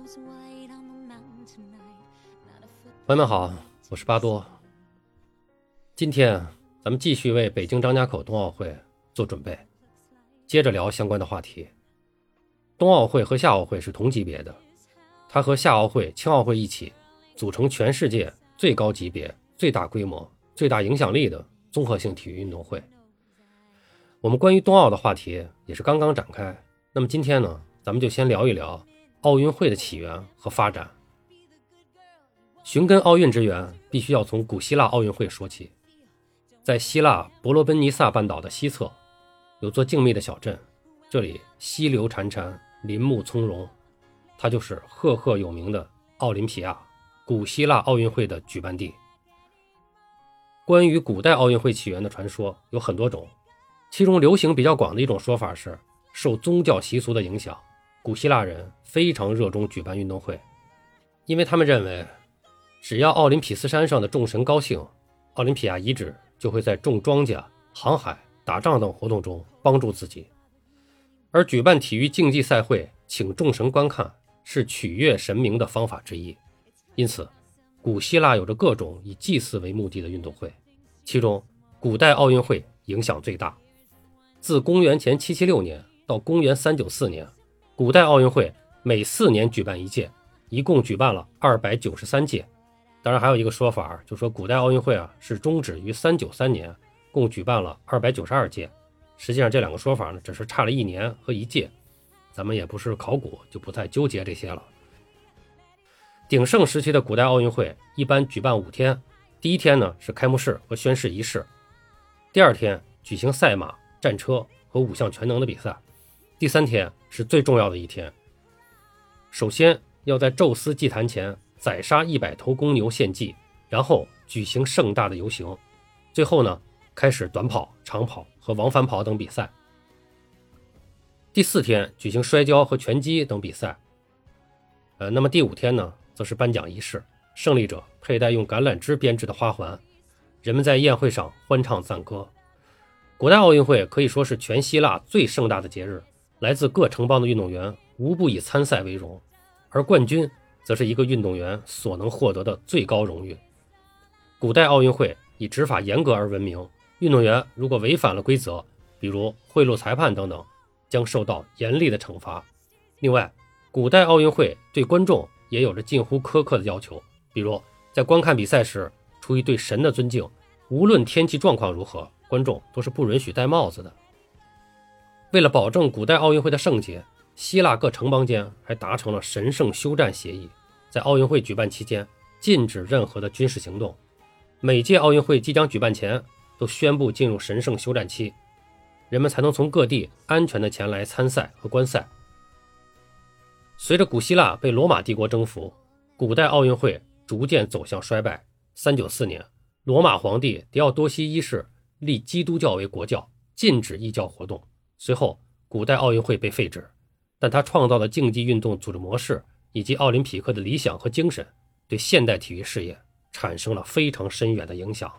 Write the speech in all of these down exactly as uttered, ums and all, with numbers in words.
朋友们好，我是巴多。今天咱们继续为北京张家口冬奥会做准备，接着聊相关的话题。冬奥会和夏奥会是同级别的，它和夏奥会、青奥会一起组成全世界最高级别、最大规模、最大影响力的综合性体育运动会。我们关于冬奥的话题也是刚刚展开，那么今天呢，咱们就先聊一聊奥运会的起源和发展。寻根奥运之源必须要从古希腊奥运会说起。在希腊伯罗奔尼撒半岛的西侧有座静谧的小镇，这里溪流潺潺，林木葱茏，它就是赫赫有名的奥林匹亚，古希腊奥运会的举办地。关于古代奥运会起源的传说有很多种，其中流行比较广的一种说法是，受宗教习俗的影响，古希腊人非常热衷举办运动会，因为他们认为只要奥林匹斯山上的众神高兴，奥林匹亚遗址就会在种庄稼、航海、打仗等活动中帮助自己。而举办体育竞技赛会，请众神观看，是取悦神明的方法之一。因此，古希腊有着各种以祭祀为目的的运动会，其中古代奥运会影响最大。自公元前七七六年到公元三九四年，古代奥运会每四年举办一届，一共举办了二百九十三届。当然还有一个说法，就是说古代奥运会啊是终止于三九三年，共举办了二百九十二届。实际上这两个说法呢，只是差了一年和一届，咱们也不是考古，就不太纠结这些了。鼎盛时期的古代奥运会一般举办五天，第一天呢是开幕式和宣誓仪式，第二天举行赛马、战车和五项全能的比赛，第三天是最重要的一天。首先要在宙斯祭坛前宰杀一百头公牛献祭，然后举行盛大的游行，最后呢开始短跑、长跑和往返跑等比赛。第四天举行摔跤和拳击等比赛。呃，那么第五天呢则是颁奖仪式，胜利者佩戴用橄榄枝编织的花环，人们在宴会上欢唱赞歌。古代奥运会可以说是全希腊最盛大的节日，来自各城邦的运动员无不以参赛为荣，而冠军则是一个运动员所能获得的最高荣誉。古代奥运会以执法严格而闻名，运动员如果违反了规则，比如贿赂裁判等等，将受到严厉的惩罚。另外，古代奥运会对观众也有着近乎苛刻的要求，比如在观看比赛时，出于对神的尊敬，无论天气状况如何，观众都是不允许戴帽子的。为了保证古代奥运会的圣洁，希腊各城邦间还达成了神圣休战协议，在奥运会举办期间禁止任何的军事行动。每届奥运会即将举办前都宣布进入神圣休战期，人们才能从各地安全的前来参赛和观赛。随着古希腊被罗马帝国征服，古代奥运会逐渐走向衰败。三九四年，罗马皇帝狄奥多西一世立基督教为国教，禁止异教活动。随后，古代奥运会被废止，但他创造的竞技运动组织模式以及奥林匹克的理想和精神，对现代体育事业产生了非常深远的影响。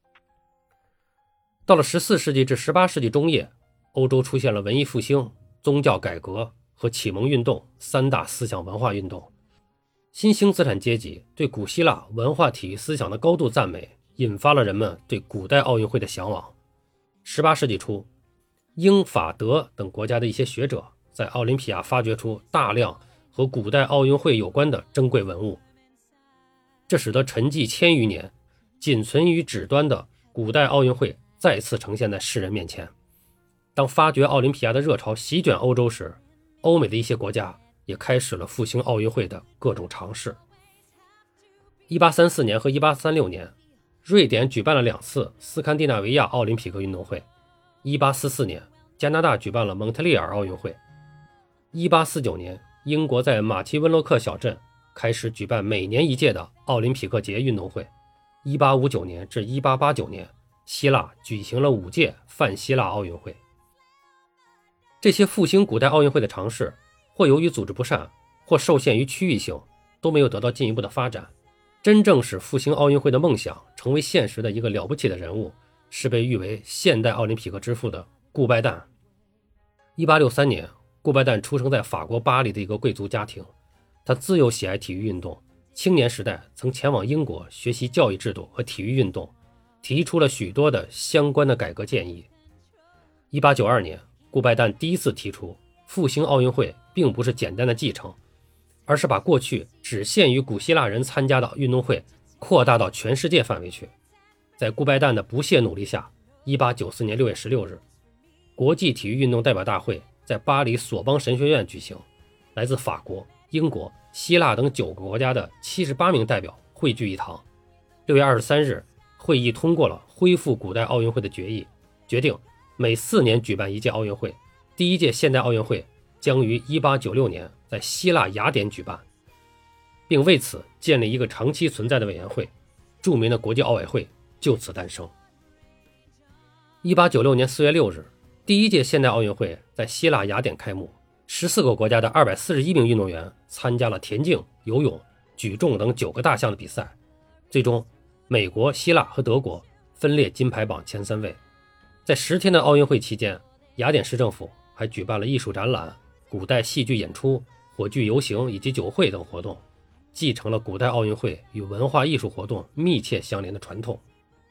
到了十四世纪至十八世纪中叶，欧洲出现了文艺复兴、宗教改革和启蒙运动三大思想文化运动。新兴资产阶级对古希腊文化体育思想的高度赞美，引发了人们对古代奥运会的向往。十八世纪初，英法德等国家的一些学者在奥林匹亚发掘出大量和古代奥运会有关的珍贵文物，这使得沉寂千余年仅存于纸端的古代奥运会再次呈现在世人面前。当发掘奥林匹亚的热潮席卷欧洲时，欧美的一些国家也开始了复兴奥运会的各种尝试。一八三四年和一八三六年，瑞典举办了两次斯堪的纳维亚奥林匹克运动会。一八四四年，加拿大举办了蒙特利尔奥运会。一八四九年，英国在马奇温洛克小镇开始举办每年一届的奥林匹克节运动会。一八五九年至一八八九年，希腊举行了五届泛希腊奥运会。这些复兴古代奥运会的尝试，或由于组织不善，或受限于区域性，都没有得到进一步的发展。真正使复兴奥运会的梦想成为现实的一个了不起的人物，是被誉为现代奥林匹克之父的顾拜旦。一八六三年，顾拜旦出生在法国巴黎的一个贵族家庭。 他自幼喜爱体育运动，青年时代曾前往英国学习教育制度和体育运动，提出了许多的相关的改革建议。一八九二年，顾拜旦第一次提出复兴奥运会并不是简单的继承，而是把过去只限于古希腊人参加的运动会扩大到全世界范围去。在顾拜旦的不懈努力下，一八九四年六月十六日，国际体育运动代表大会在巴黎索邦神学院举行，来自法国、英国、希腊等九个国家的七十八名代表汇聚一堂。六月二十三日，会议通过了恢复古代奥运会的决议，决定每四年举办一届奥运会，第一届现代奥运会将于一八九六年在希腊雅典举办，并为此建立一个长期存在的委员会，著名的国际奥委会就此诞生。一八九六年四月六日，第一届现代奥运会在希腊雅典开幕，十四个国家的二百四十一名运动员参加了田径、游泳、举重等九个大项的比赛，最终美国、希腊和德国分列金牌榜前三位。在十天的奥运会期间，雅典市政府还举办了艺术展览、古代戏剧演出、火炬游行以及酒会等活动，继承了古代奥运会与文化艺术活动密切相连的传统。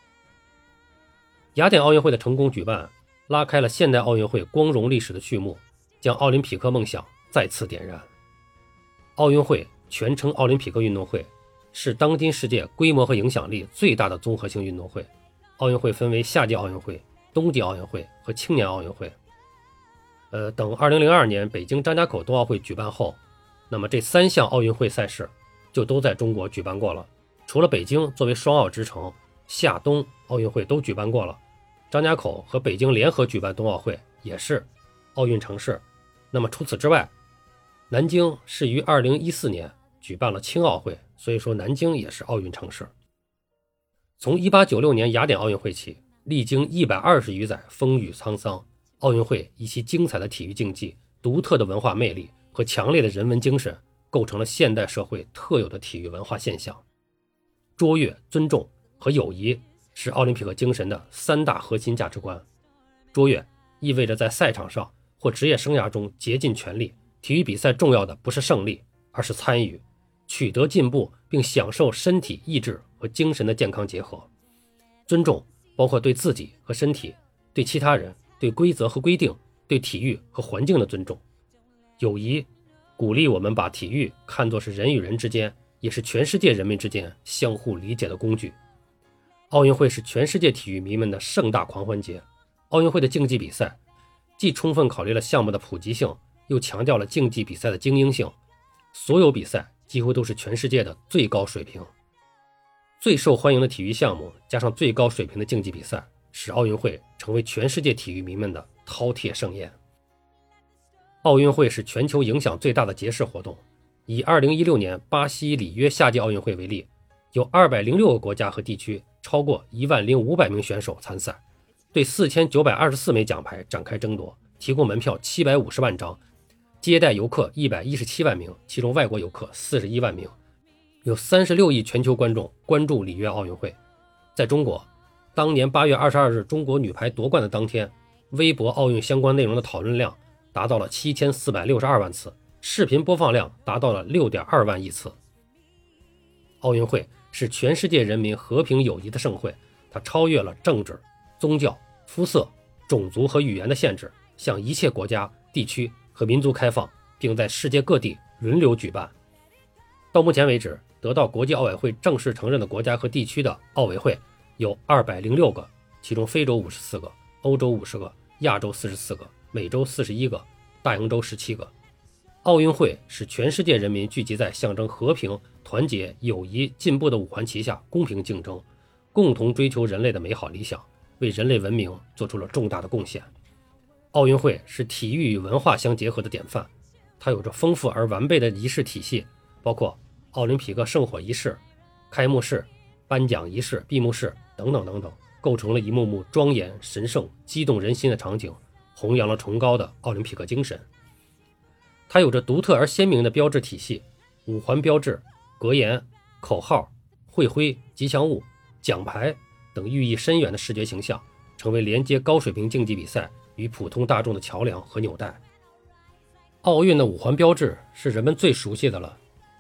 雅典奥运会的成功举办，拉开了现代奥运会光荣历史的序幕，将奥林匹克梦想再次点燃。奥运会全称奥林匹克运动会，是当今世界规模和影响力最大的综合性运动会。奥运会分为夏季奥运会、冬季奥运会和青年奥运会。呃，等二零零二年北京张家口冬奥会举办后，那么这三项奥运会赛事就都在中国举办过了。除了北京作为双奥之城，夏冬奥运会都举办过了，张家口和北京联合举办冬奥会也是奥运城市。那么除此之外，南京是于二零一四年举办了青奥会，所以说南京也是奥运城市。从一八九六年雅典奥运会起，历经一百二十余载风雨沧桑，奥运会以其精彩的体育竞技、独特的文化魅力和强烈的人文精神，构成了现代社会特有的体育文化现象。卓越、尊重和友谊是奥林匹克精神的三大核心价值观。卓越意味着在赛场上或职业生涯中竭尽全力，体育比赛重要的不是胜利，而是参与，取得进步并享受身体、意志和精神的健康结合。尊重包括对自己和身体、对其他人、对规则和规定、对体育和环境的尊重。友谊鼓励我们把体育看作是人与人之间，也是全世界人民之间相互理解的工具。奥运会是全世界体育迷们的盛大狂欢节。奥运会的竞技比赛既充分考虑了项目的普及性，又强调了竞技比赛的精英性。所有比赛几乎都是全世界的最高水平。最受欢迎的体育项目加上最高水平的竞技比赛，使奥运会成为全世界体育迷们的饕餮盛宴。奥运会是全球影响最大的节式活动。以二零一六年巴西里约夏季奥运会为例，有二百零六个国家和地区，超过一万零五百名选手参赛，对四千九百二十四枚奖牌展开争夺，提供门票七百五十万张，接待游客一百一十七万名，其中外国游客四十一万名，有三十六亿全球观众关注里约奥运会。在中国，当年八月二十二日中国女排夺冠的当天，微博奥运相关内容的讨论量达到了七千四百六十二万次，视频播放量达到了 六点二万亿次。奥运会是全世界人民和平友谊的盛会，它超越了政治、宗教、肤色、种族和语言的限制，向一切国家、地区和民族开放，并在世界各地轮流举办。到目前为止，得到国际奥委会正式承认的国家和地区的奥委会有二百零六个，其中非洲五十四个，欧洲五十个，亚洲四十四个，美洲四十一个，大洋洲十七个。奥运会使全世界人民聚集在象征和平、团结、友谊、进步的五环旗下，公平竞争，共同追求人类的美好理想，为人类文明做出了重大的贡献。奥运会是体育与文化相结合的典范，它有着丰富而完备的仪式体系，包括奥林匹克圣火仪式、开幕式、颁奖仪式、闭幕式等等等等，构成了一幕幕庄严、神圣、激动人心的场景，弘扬了崇高的奥林匹克精神。它有着独特而鲜明的标志体系，五环标志、格言、口号、会徽、吉祥物、奖牌等寓意深远的视觉形象，成为连接高水平竞技比赛与普通大众的桥梁和纽带。奥运的五环标志是人们最熟悉的了，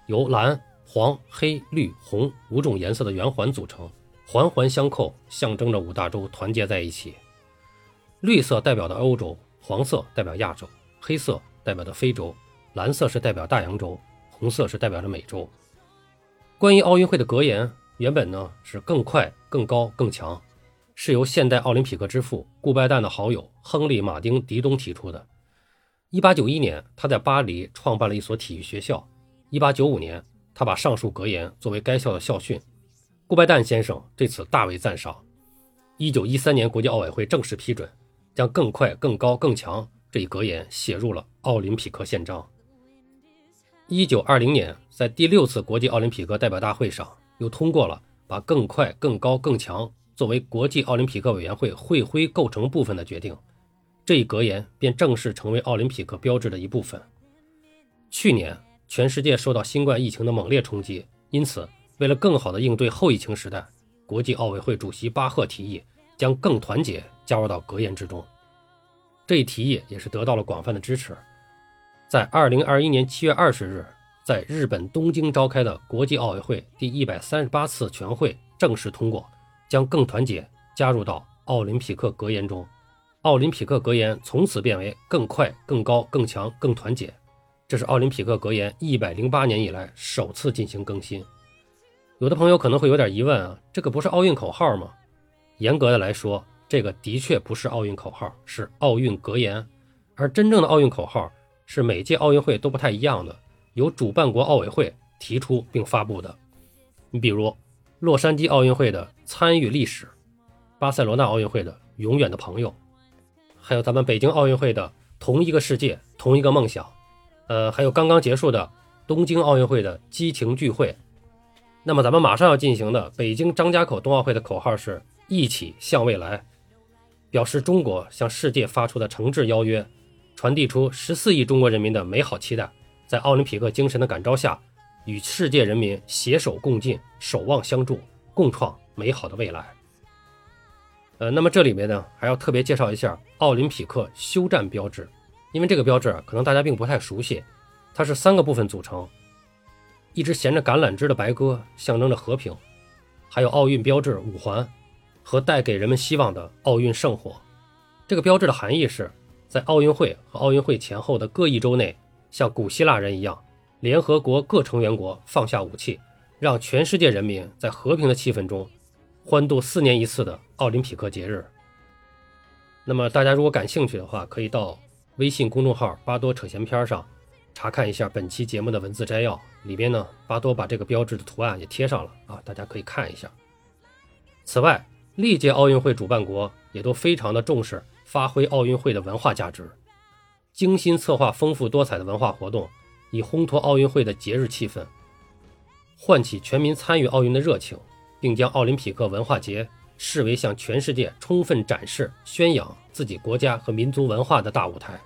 由蓝、黄、黑、绿、红五种颜色的圆环组成，环环相扣，象征着五大洲团结在一起。绿色代表的欧洲，黄色代表亚洲，黑色代表的非洲，蓝色是代表大洋洲，红色是代表着美洲。关于奥运会的格言，原本呢是更快、更高、更强，是由现代奥林匹克之父顾拜旦的好友亨利·马丁·迪东提出的。一八九一年，他在巴黎创办了一所体育学校。一八九五年，他把上述格言作为该校的校训。顾拜旦先生对此大为赞赏。一九一三年，国际奥委会正式批准，将更快、更高、更强这一格言写入了奥林匹克宪章。一九二零年，在第六次国际奥林匹克代表大会上，又通过了把更快、更高、更强作为国际奥林匹克委员会会徽构成部分的决定。这一格言便正式成为奥林匹克标志的一部分。去年，全世界受到新冠疫情的猛烈冲击，因此为了更好地应对后疫情时代，国际奥委会主席巴赫提议将更团结加入到格言之中。这一提议也是得到了广泛的支持。在二零二一年七月二十日，在日本东京召开的国际奥委会第一百三十八次全会正式通过，将更团结加入到奥林匹克格言中。奥林匹克格言从此变为更快、更高、更强、更团结。这是奥林匹克格言一百零八年以来首次进行更新。有的朋友可能会有点疑问啊，这个不是奥运口号吗？严格的来说，这个的确不是奥运口号，是奥运格言。而真正的奥运口号是每届奥运会都不太一样的，由主办国奥委会提出并发布的。你比如洛杉矶奥运会的参与历史，巴塞罗那奥运会的永远的朋友，还有咱们北京奥运会的同一个世界同一个梦想，呃，还有刚刚结束的东京奥运会的激情聚会。那么咱们马上要进行的北京张家口冬奥会的口号是一起向未来，表示中国向世界发出的诚挚邀约，传递出十四亿中国人民的美好期待，在奥林匹克精神的感召下，与世界人民携手共进，守望相助，共创美好的未来。呃，那么这里面呢，还要特别介绍一下奥林匹克休战标志，因为这个标志可能大家并不太熟悉，它是三个部分组成。一只衔着橄榄枝的白鸽象征着和平，还有奥运标志五环和带给人们希望的奥运圣火。这个标志的含义是在奥运会和奥运会前后的各一周内，像古希腊人一样，联合国各成员国放下武器，让全世界人民在和平的气氛中欢度四年一次的奥林匹克节日。那么大家如果感兴趣的话，可以到微信公众号巴多扯闲篇上查看一下本期节目的文字摘要，里边呢巴多把这个标志的图案也贴上了啊，大家可以看一下。此外，历届奥运会主办国也都非常的重视发挥奥运会的文化价值，精心策划丰富多彩的文化活动，以烘托奥运会的节日气氛，唤起全民参与奥运的热情，并将奥林匹克文化节视为向全世界充分展示宣扬自己国家和民族文化的大舞台。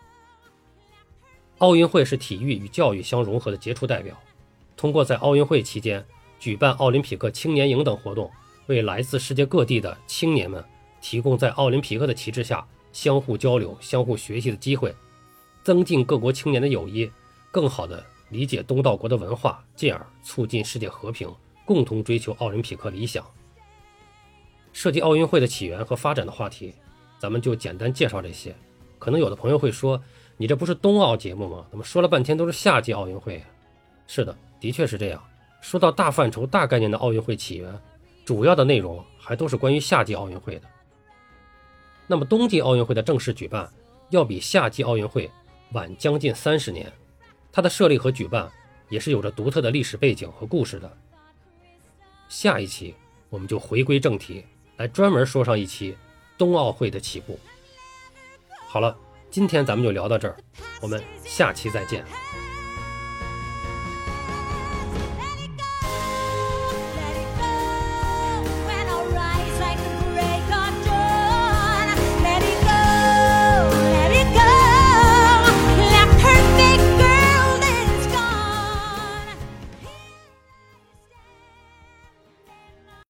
奥运会是体育与教育相融合的杰出代表，通过在奥运会期间举办奥林匹克青年营等活动，为来自世界各地的青年们提供在奥林匹克的旗帜下相互交流、相互学习的机会，增进各国青年的友谊，更好地理解东道国的文化，进而促进世界和平，共同追求奥林匹克理想。涉及奥运会的起源和发展的话题，咱们就简单介绍这些。可能有的朋友会说，你这不是冬奥节目吗？怎么说了半天都是夏季奥运会？是的，的确是这样。说到大范畴、大概念的奥运会起源，主要的内容还都是关于夏季奥运会的。那么冬季奥运会的正式举办要比夏季奥运会晚将近三十年，它的设立和举办也是有着独特的历史背景和故事的。下一期我们就回归正题，来专门说上一期冬奥会的起步。好了，今天咱们就聊到这儿，我们下期再见。